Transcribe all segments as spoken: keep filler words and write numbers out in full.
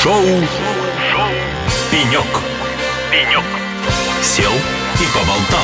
Шоу Шоу Пенек. Пенек. Сел и поболтал.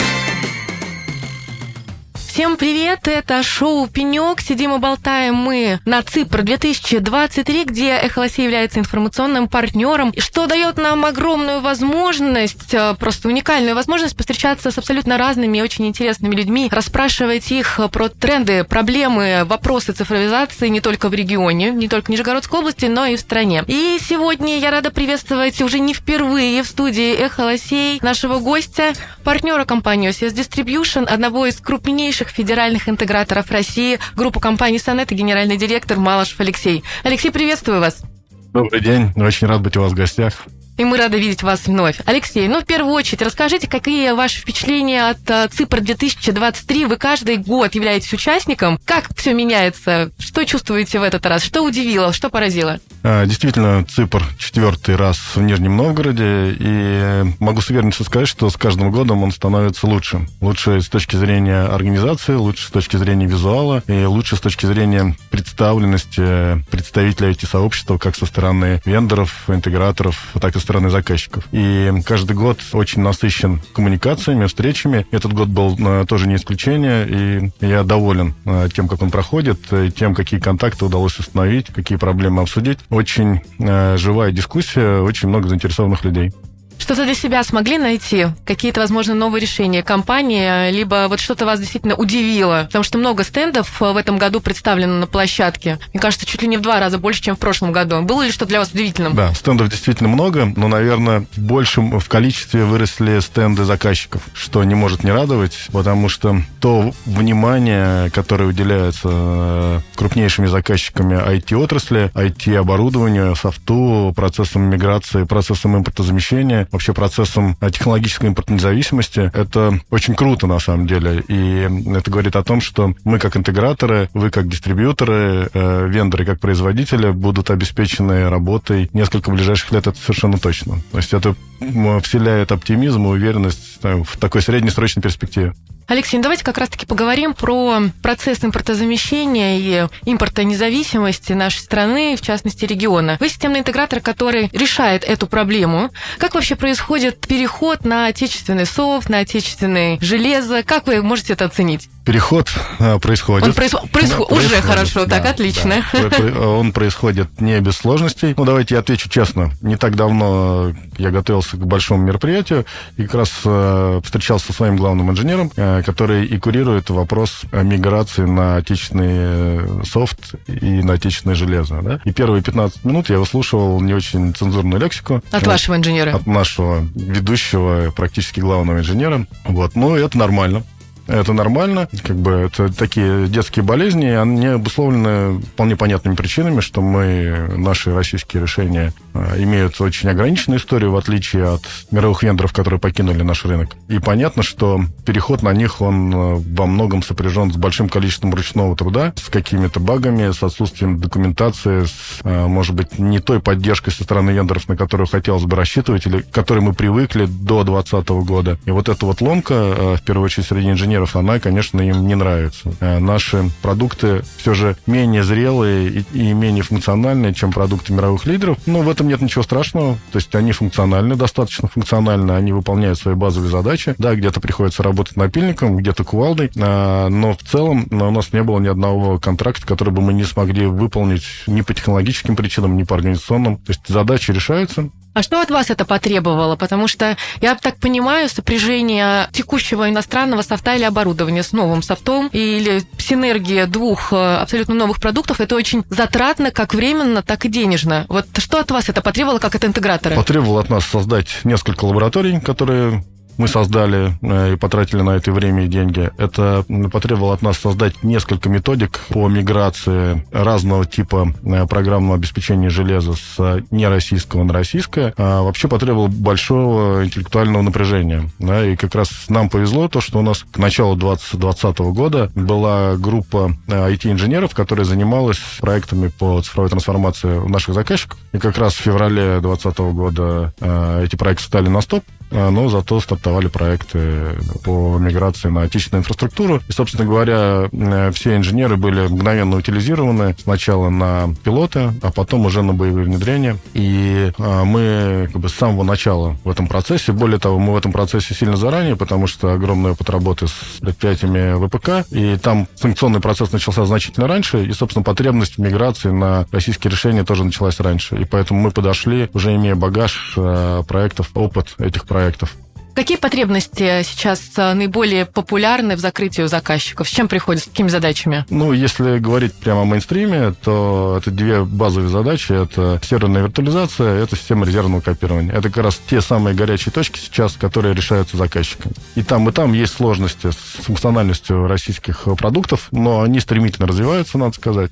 Всем привет, это шоу «Пенек». Сидим и болтаем мы на ЦИПР две тысячи двадцать три, где Эхо Лосей является информационным партнером, что дает нам огромную возможность, просто уникальную возможность повстречаться с абсолютно разными и очень интересными людьми, расспрашивать их про тренды, проблемы, вопросы цифровизации не только в регионе, не только в Нижегородской области, но и в стране. И сегодня я рада приветствовать уже не впервые в студии Эхо Лосей нашего гостя, партнера компании о си эс Distribution, одного из крупнейших федеральных интеграторов России, группу компаний «Сонет» и генеральный директор Малышев Алексей. Алексей, приветствую вас. Добрый день, очень рад быть у вас в гостях. И мы рады видеть вас вновь. Алексей, ну, в первую очередь, расскажите, какие ваши впечатления от ЦИПР две тысячи двадцать три? Вы каждый год являетесь участником. Как все меняется? Что чувствуете в этот раз? Что удивило? Что поразило? Действительно, ЦИПР четвертый раз в Нижнем Новгороде, и могу с уверенностью сказать, что с каждым годом он становится лучше. Лучше с точки зрения организации, лучше с точки зрения визуала, и лучше с точки зрения представленности представителей ай ти-сообщества как со стороны вендоров, интеграторов, так и со стороны заказчиков. И каждый год очень насыщен коммуникациями, встречами. Этот год был тоже не исключение, и я доволен тем, как он проходит, тем, какие контакты удалось установить, какие проблемы обсудить. Очень живая дискуссия, очень много заинтересованных людей. Что-то для себя смогли найти? Какие-то, возможно, новые решения компании? Либо вот что-то вас действительно удивило? Потому что много стендов в этом году представлено на площадке. Мне кажется, чуть ли не в два раза больше, чем в прошлом году. Было ли что-то для вас удивительным? Да, стендов действительно много, но, наверное, в большем в количестве выросли стенды заказчиков, что не может не радовать, потому что то внимание, которое уделяется крупнейшими заказчиками ай ти-отрасли, ай ти-оборудованию, софту, процессам миграции, процессам импортозамещения, вообще процессом технологической импортной независимости. Это очень круто, на самом деле. И это говорит о том, что мы, как интеграторы, вы, как дистрибьюторы, э, вендоры, как производители, будут обеспечены работой несколько ближайших лет, это совершенно точно. То есть это вселяет оптимизм и уверенность в такой среднесрочной перспективе. Алексей, ну давайте как раз-таки поговорим про процесс импортозамещения и импортонезависимости нашей страны, в частности, региона. Вы системный интегратор, который решает эту проблему. Как вообще происходит переход на отечественный софт, на отечественное железо? Как вы можете это оценить? Переход а, происходит. Он происход... Происход... Да, уже происходит. Хорошо, да, так, отлично. Да. Он происходит не без сложностей. Ну, давайте я отвечу честно. Не так давно я готовился к большому мероприятию и как раз э, встречался со своим главным инженером, э, который и курирует вопрос миграции на отечественный софт и на отечественное железо. Да? И первые пятнадцать минут я выслушивал не очень цензурную лексику. От вот, вашего инженера? От нашего ведущего, практически главного инженера. Вот. Ну, это нормально. Это нормально, как бы это такие детские болезни, они обусловлены вполне понятными причинами, что мы, наши российские решения имеют очень ограниченную историю, в отличие от мировых вендоров, которые покинули наш рынок. И понятно, что переход на них, он во многом сопряжен с большим количеством ручного труда, с какими-то багами, с отсутствием документации, с, может быть, не той поддержкой со стороны вендоров, на которую хотелось бы рассчитывать, или к которой мы привыкли до двадцатого года. И вот эта вот ломка, в первую очередь, среди инженеров, она, конечно, им не нравится. Наши продукты все же менее зрелые и, и менее функциональные, чем продукты мировых лидеров. Но в этом нет ничего страшного. То есть они функциональны, достаточно функциональны, они выполняют свои базовые задачи. Да, где-то приходится работать напильником, где-то кувалдой, но в целом у нас не было ни одного контракта, который бы мы не смогли выполнить ни по технологическим причинам, ни по организационным. То есть задачи решаются. А что от вас это потребовало? Потому что, я так понимаю, сопряжение текущего иностранного софта или оборудования с новым софтом или синергия двух абсолютно новых продуктов, это очень затратно как временно, так и денежно. Вот что от вас это потребовало, как от интегратора? Потребовало от нас создать несколько лабораторий, которые мы создали и потратили на это время и деньги. Это потребовало от нас создать несколько методик по миграции разного типа программного обеспечения железа с нероссийского на российское. А вообще потребовало большого интеллектуального напряжения. Да, и как раз нам повезло то, что у нас к началу двадцать двадцатого года была группа ай ти-инженеров, которая занималась проектами по цифровой трансформации у наших заказчиков. И как раз в феврале двадцатого года эти проекты стали на стоп. но зато стартовали проекты по миграции на отечественную инфраструктуру. И, собственно говоря, все инженеры были мгновенно утилизированы сначала на пилоты, а потом уже на боевые внедрения. И мы как бы с самого начала в этом процессе, более того, мы в этом процессе сильно заранее, потому что огромный опыт работы с предприятиями ВПК, и там санкционный процесс начался значительно раньше, и, собственно, потребность в миграции на российские решения тоже началась раньше. И поэтому мы подошли, уже имея багаж э, проектов, опыт этих проектов. Какие потребности сейчас наиболее популярны в закрытии у заказчиков? С чем приходят, с какими задачами? Ну, если говорить прямо о мейнстриме, то это две базовые задачи. Это серверная виртуализация, это система резервного копирования. Это как раз те самые горячие точки сейчас, которые решаются заказчиками. И там, и там есть сложности с функциональностью российских продуктов, но они стремительно развиваются, надо сказать.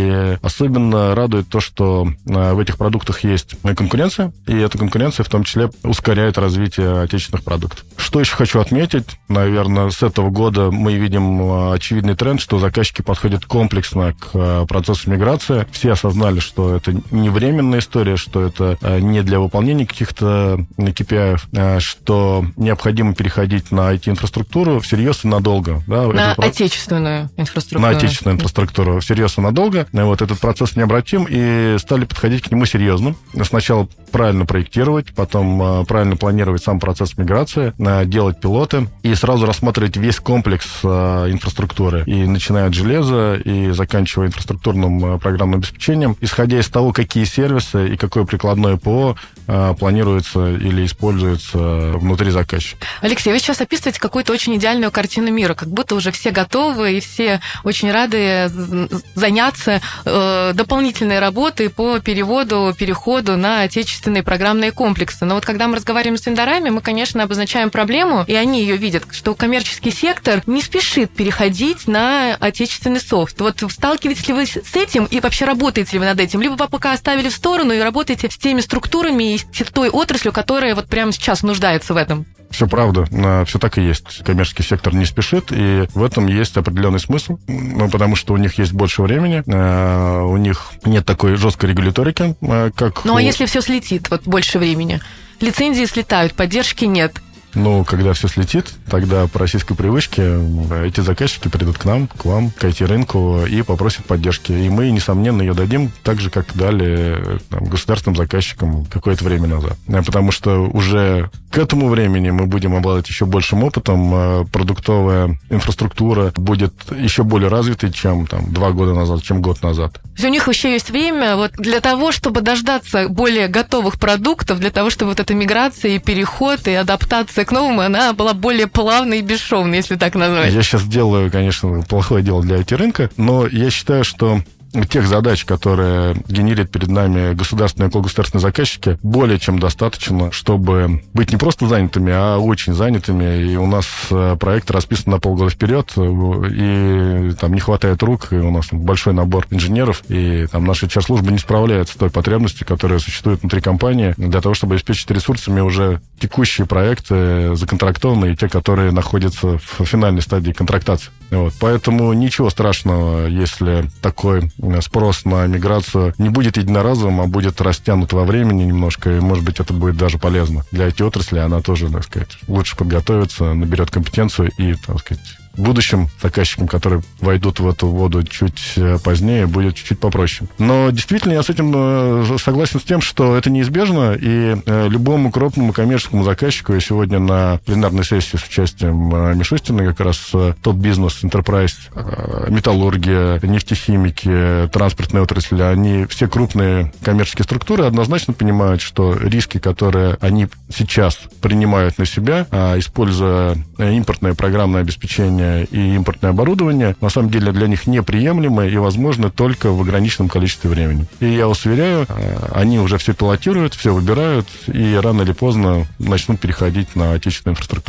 И особенно радует то, что в этих продуктах есть конкуренция, и эта конкуренция в том числе ускоряет развитие отечественных продуктов. Что еще хочу отметить? Наверное, с этого года мы видим очевидный тренд, что заказчики подходят комплексно к процессу миграции. Все осознали, что это не временная история, что это не для выполнения каких-то кей пи ай, что необходимо переходить на ай ти-инфраструктуру всерьез и надолго. Да, на этот отечественную инфраструктуру. На отечественную инфраструктуру всерьез и надолго. Вот этот процесс необратим, и стали подходить к нему серьезно. Сначала правильно проектировать, потом правильно планировать сам процесс миграции, делать пилоты и сразу рассматривать весь комплекс инфраструктуры, и начиная от железа и заканчивая инфраструктурным программным обеспечением, исходя из того, какие сервисы и какое прикладное ПО планируется или используется внутри заказчика. Алексей, вы сейчас описываете какую-то очень идеальную картину мира, как будто уже все готовы и все очень рады заняться э, дополнительной работой по переводу, переходу на отечественные программные комплексы. Но вот когда мы разговариваем с вендорами, мы, конечно, обозначаем проблему, и они ее видят, что коммерческий сектор не спешит переходить на отечественный софт. Вот сталкиваетесь ли вы с этим и вообще работаете ли вы над этим? Либо вы пока оставили в сторону и работаете с теми структурами и с той отраслью, которая вот прямо сейчас нуждается в этом? Все правда, все так и есть. Коммерческий сектор не спешит, и в этом есть определенный смысл, ну, потому что у них есть больше времени, у них нет такой жесткой регуляторики, как... Ну, а если все слетит, вот больше времени? Лицензии слетают, поддержки нет. Ну, когда все слетит, тогда по российской привычке эти заказчики придут к нам, к вам, к ай ти-рынку и попросят поддержки. И мы, несомненно, ее дадим так же, как дали там, государственным заказчикам какое-то время назад. Потому что уже к этому времени мы будем обладать еще большим опытом, продуктовая инфраструктура будет еще более развитой, чем там, два года назад, чем год назад. То есть у них еще есть время вот, для того, чтобы дождаться более готовых продуктов, для того, чтобы вот эта миграция и переход, и адаптация к новому, она была более плавной и бесшовной, если так назвать. Я сейчас делаю, конечно, плохое дело для ай ти-рынка, но я считаю, что тех задач, которые генерят перед нами государственные и окологосударственные заказчики, более чем достаточно, чтобы быть не просто занятыми, а очень занятыми. И у нас проект расписан на полгода вперед, и там не хватает рук, и у нас большой набор инженеров, и там наша эйч ар-служба не справляется с той потребностью, которая существует внутри компании, для того, чтобы обеспечить ресурсами уже текущие проекты, законтрактованные, и те, которые находятся в финальной стадии контрактации. Вот. Поэтому ничего страшного, если такой спрос на миграцию не будет единоразовым, а будет растянут во времени немножко, и, может быть, это будет даже полезно для ай ти-отрасли, она тоже, так сказать, лучше подготовится, наберет компетенцию и, так сказать, будущим заказчикам, которые войдут в эту воду чуть позднее, будет чуть-чуть попроще. Но действительно я с этим согласен с тем, что это неизбежно, и любому крупному коммерческому заказчику, и сегодня на пленарной сессии с участием Мишустиной как раз топ-бизнес, enterprise, металлургия, нефтехимики, транспортная отрасль, они все крупные коммерческие структуры однозначно понимают, что риски, которые они сейчас принимают на себя, используя импортное программное обеспечение и импортное оборудование, на самом деле для них неприемлемы и возможны только в ограниченном количестве времени. И я вас уверяю, они уже все пилотируют, все выбирают, и рано или поздно начнут переходить на отечественную инфраструктуру.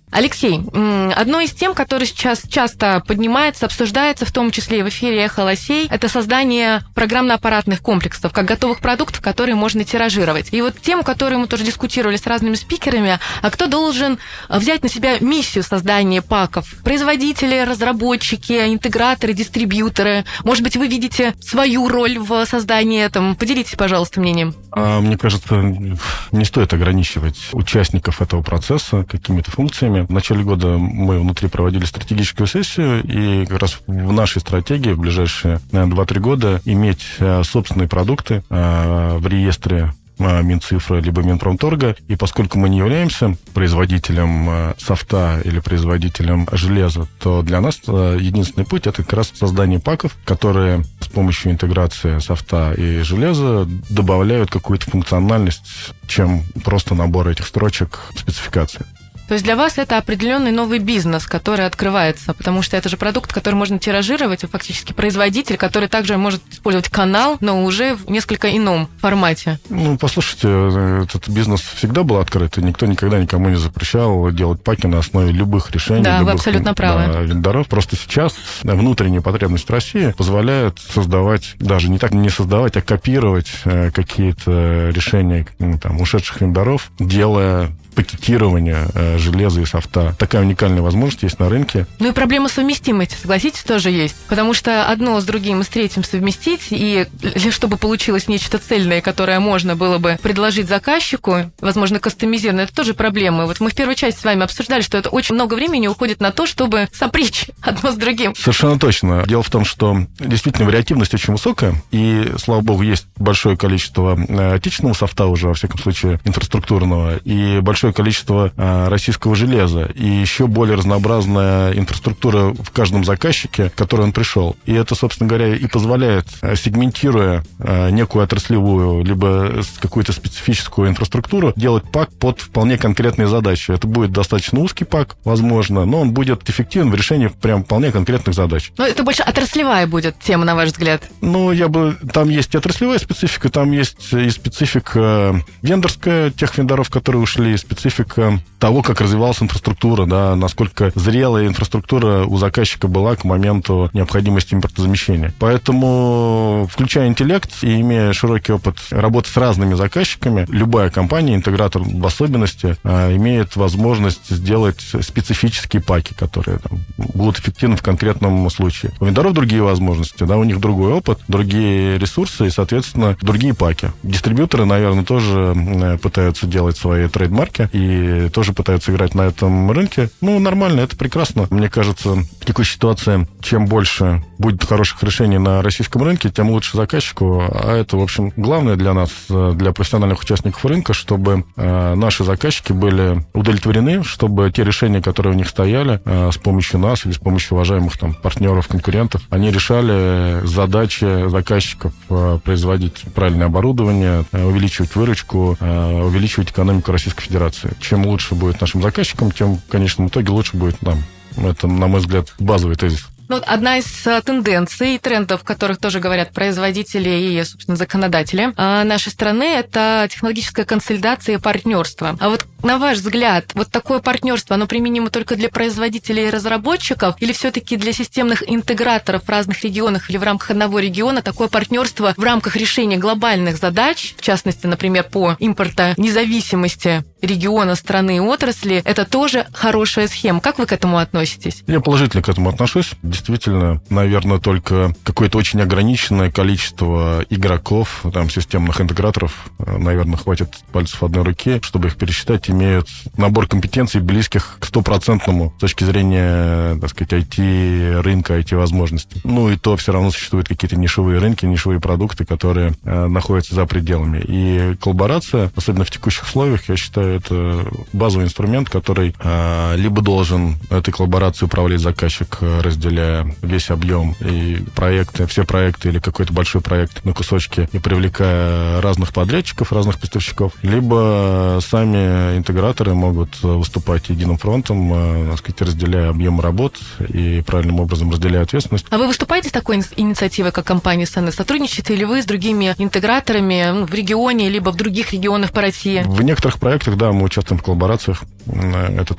Алексей, одной из тем, которая сейчас часто поднимается, обсуждается, в том числе и в эфире «Эхо Лосей», это создание программно-аппаратных комплексов, как готовых продуктов, которые можно тиражировать. И вот тему, которую мы тоже дискутировали с разными спикерами, а кто должен взять на себя миссию создания паков? Производители, разработчики, интеграторы, дистрибьюторы. Может быть, вы видите свою роль в создании этого? Поделитесь, пожалуйста, мнением. А, мне кажется, не стоит ограничивать участников этого процесса какими-то функциями. В начале года мы внутри проводили стратегическую сессию, и как раз в нашей стратегии в ближайшие два-три года иметь собственные продукты в реестре Минцифры либо Минпромторга, и поскольку мы не являемся производителем софта или производителем железа, то для нас единственный путь — это как раз создание паков, которые с помощью интеграции софта и железа добавляют какую-то функциональность, чем просто набор этих строчек в спецификации. То есть для вас это определенный новый бизнес, который открывается, потому что это же продукт, который можно тиражировать, и фактически производитель, который также может использовать канал, но уже в несколько ином формате. Ну, послушайте, этот бизнес всегда был открыт, и никто никогда никому не запрещал делать паки на основе любых решений, да, любых, вы абсолютно правы. Да, вендоров. Просто сейчас внутренняя потребность России позволяет создавать, даже не так не создавать, а копировать какие-то решения там, ушедших вендоров, делая пакетирование э, железа и софта. Такая уникальная возможность есть на рынке. Ну и проблема совместимости, согласитесь, тоже есть. Потому что одно с другим и с третьим совместить, и чтобы получилось нечто цельное, которое можно было бы предложить заказчику, возможно, кастомизированно, это тоже проблема. Вот мы в первой части с вами обсуждали, что это очень много времени уходит на то, чтобы сопричь одно с другим. Совершенно точно. Дело в том, что действительно вариативность очень высокая, и, слава богу, есть большое количество отечественного софта уже, во всяком случае, инфраструктурного, и большое количество а, российского железа, и еще более разнообразная инфраструктура в каждом заказчике, к которой он пришел. И это, собственно говоря, и позволяет, сегментируя а, некую отраслевую, либо какую-то специфическую инфраструктуру, делать пак под вполне конкретные задачи. Это будет достаточно узкий пак, возможно, но он будет эффективен в решении прям вполне конкретных задач. Но это больше отраслевая будет тема, на ваш взгляд? Ну, я бы... Там есть и отраслевая специфика, там есть и специфика вендорская, тех вендоров, которые ушли, специфика того, как развивалась инфраструктура, да, насколько зрелая инфраструктура у заказчика была к моменту необходимости импортозамещения. Поэтому, включая интеллект и имея широкий опыт работы с разными заказчиками, любая компания, интегратор в особенности, имеет возможность сделать специфические паки, которые там, будут эффективны в конкретном случае. У вендоров другие возможности, да, у них другой опыт, другие ресурсы и, соответственно, другие паки. Дистрибьюторы, наверное, тоже пытаются делать свои трейдмарки и тоже пытаются играть на этом рынке. Ну, нормально, это прекрасно. Мне кажется, в такой ситуации, чем больше будет хороших решений на российском рынке, тем лучше заказчику. А это, в общем, главное для нас, для профессиональных участников рынка, чтобы э, наши заказчики были удовлетворены, чтобы те решения, которые у них стояли э, с помощью нас или с помощью уважаемых там партнеров, конкурентов, они решали задачи заказчиков э, производить правильное оборудование, э, увеличивать выручку, э, увеличивать экономику Российской Федерации. Чем лучше будет нашим заказчикам, тем в конечном итоге лучше будет нам. Это, на мой взгляд, базовый тезис. Ну, одна из тенденций и трендов, о которых тоже говорят производители и, собственно, законодатели нашей страны, это технологическая консолидация и партнерство. А вот на ваш взгляд, вот такое партнерство, оно применимо только для производителей и разработчиков, или все-таки для системных интеграторов в разных регионах или в рамках одного региона такое партнерство в рамках решения глобальных задач, в частности, например, по импортонезависимости региона, страны и отрасли, это тоже хорошая схема. Как вы к этому относитесь? Я положительно к этому отношусь. Действительно, наверное, только какое-то очень ограниченное количество игроков, там, системных интеграторов, наверное, хватит пальцев одной руки, чтобы их пересчитать, имеют набор компетенций, близких к стопроцентному с точки зрения, так сказать, ай ти-рынка, ай ти-возможностей. Ну и то все равно существуют какие-то нишевые рынки, нишевые продукты, которые э, находятся за пределами. И коллаборация, особенно в текущих условиях, я считаю, это базовый инструмент, который э, либо должен этой коллаборацией управлять заказчик, разделяя весь объем и проекты, все проекты или какой-то большой проект на кусочки и привлекая разных подрядчиков, разных поставщиков, либо сами интеграторы могут выступать единым фронтом, так сказать, разделяя объем работ и правильным образом разделяя ответственность. А вы выступаете с такой инициативой, как компания эс эн эс? Сотрудничаете ли вы с другими интеграторами в регионе, либо в других регионах по России? В некоторых проектах, да, мы участвуем в коллаборациях. Это так.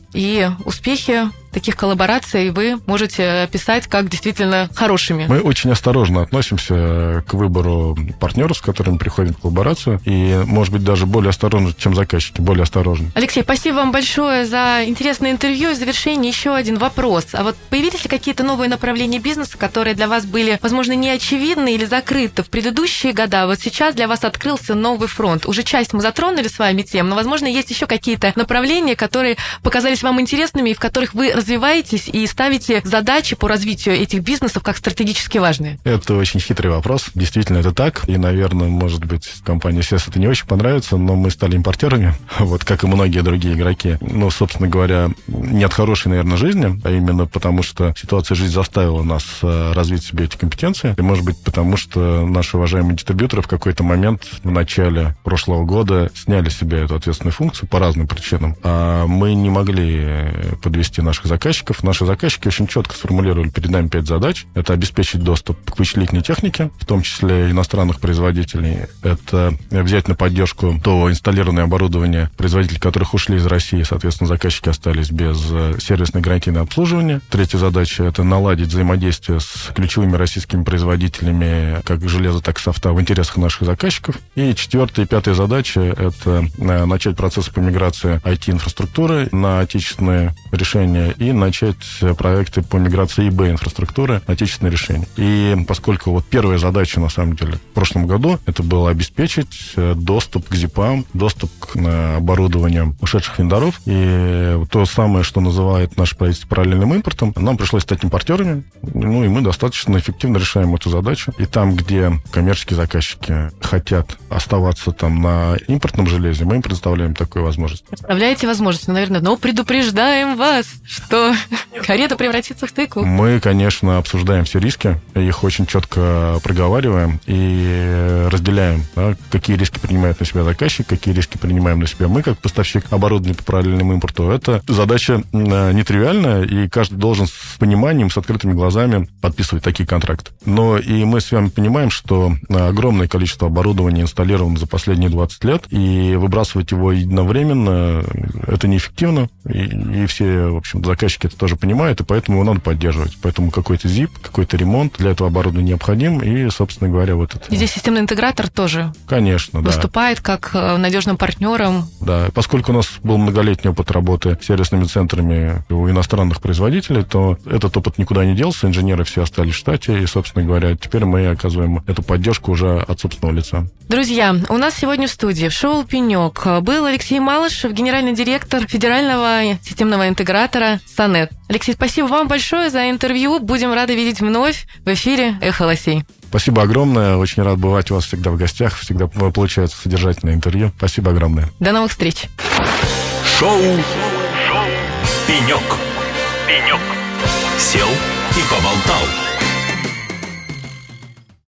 и успехи таких коллабораций вы можете описать как действительно хорошими. Мы очень осторожно относимся к выбору партнеров, с которыми приходим в коллаборацию, и, может быть, даже более осторожно, чем заказчики, более осторожно. Алексей, спасибо вам большое за интересное интервью. И в завершении еще один вопрос. А вот появились ли какие-то новые направления бизнеса, которые для вас были, возможно, неочевидны или закрыты в предыдущие года? Вот сейчас для вас открылся новый фронт. Уже часть мы затронули с вами тем, но, возможно, есть еще какие-то направления, которые показались вам интересными и в которых вы развиваетесь и ставите задачи по развитию этих бизнесов как стратегически важные? Это очень хитрый вопрос. Действительно, это так. И, наверное, может быть, компании си эс это не очень понравится, но мы стали импортерами, вот как и многие другие игроки. Ну, собственно говоря, не от хорошей, наверное, жизни, а именно потому, что ситуация жизни заставила нас развить себе эти компетенции. И, может быть, потому что наши уважаемые дистрибьюторы в какой-то момент в начале прошлого года сняли с себя эту ответственную функцию по разным причинам. А мы не могли подвести наших заказчиков. Наши заказчики очень четко сформулировали перед нами пять задач. Это обеспечить доступ к вычислительной технике, в том числе иностранных производителей. Это взять на поддержку то инсталлированное оборудование, производители которых ушли из России, соответственно, заказчики остались без сервисной гарантийного обслуживания. Третья задача – это наладить взаимодействие с ключевыми российскими производителями как железа, так и софта в интересах наших заказчиков. И четвертая и пятая задача – это начать процесс по миграции ай ти-инфраструктуры на отечественные решения и начать проекты по миграции и бэ-инфраструктуры на отечественные решения. И поскольку вот первая задача, на самом деле, в прошлом году, это было обеспечить доступ к зипам, доступ к оборудованию ушедших вендоров, и то самое, что называет наше правительство параллельным импортом, нам пришлось стать импортерами, ну и мы достаточно эффективно решаем эту задачу. И там, где коммерческие заказчики хотят оставаться там на импортном железе, мы им предоставляем такую возможность. Представляете возможность, ну, наверное, но предупреждаем вас, что карета превратится в тыкву. Мы, конечно, обсуждаем все риски, их очень четко проговариваем и разделяем, да, какие риски принимает на себя заказчик, какие риски принимаем на себя мы, как поставщик оборудования по параллельному импорту. Это задача нетривиальная, и каждый должен с пониманием, с открытыми глазами подписывать такие контракты. Но и мы с вами понимаем, что огромное количество оборудования инсталлировано за последние двадцать лет, и выбрасывать его единовременно это неэффективно, и, и все, в общем, заказчики это тоже понимают, и поэтому его надо поддерживать. Поэтому какой-то зип, какой-то ремонт для этого оборудования необходим, и, собственно говоря, вот это... И здесь системный интегратор тоже Конечно, выступает да. как надежным партнером. Да, поскольку у нас был многолетний опыт работы с сервисными центрами у иностранных производителей, то этот опыт никуда не делся, инженеры все остались в штате, и, собственно говоря, теперь мы оказываем эту поддержку уже от собственного лица. Друзья, у нас сегодня в студии в шоу «Пенек» был Алексей Малышев, генеральный директор федерального системного интегратора «Сонет». Алексей, спасибо вам большое за интервью. Будем рады видеть вновь в эфире «Эхо Лосей». Спасибо огромное. Очень рад бывать у вас всегда в гостях. Всегда получается содержательное интервью. Спасибо огромное. До новых встреч. Шоу, Шоу. «Пенек». «Пенек». Сел и поболтал.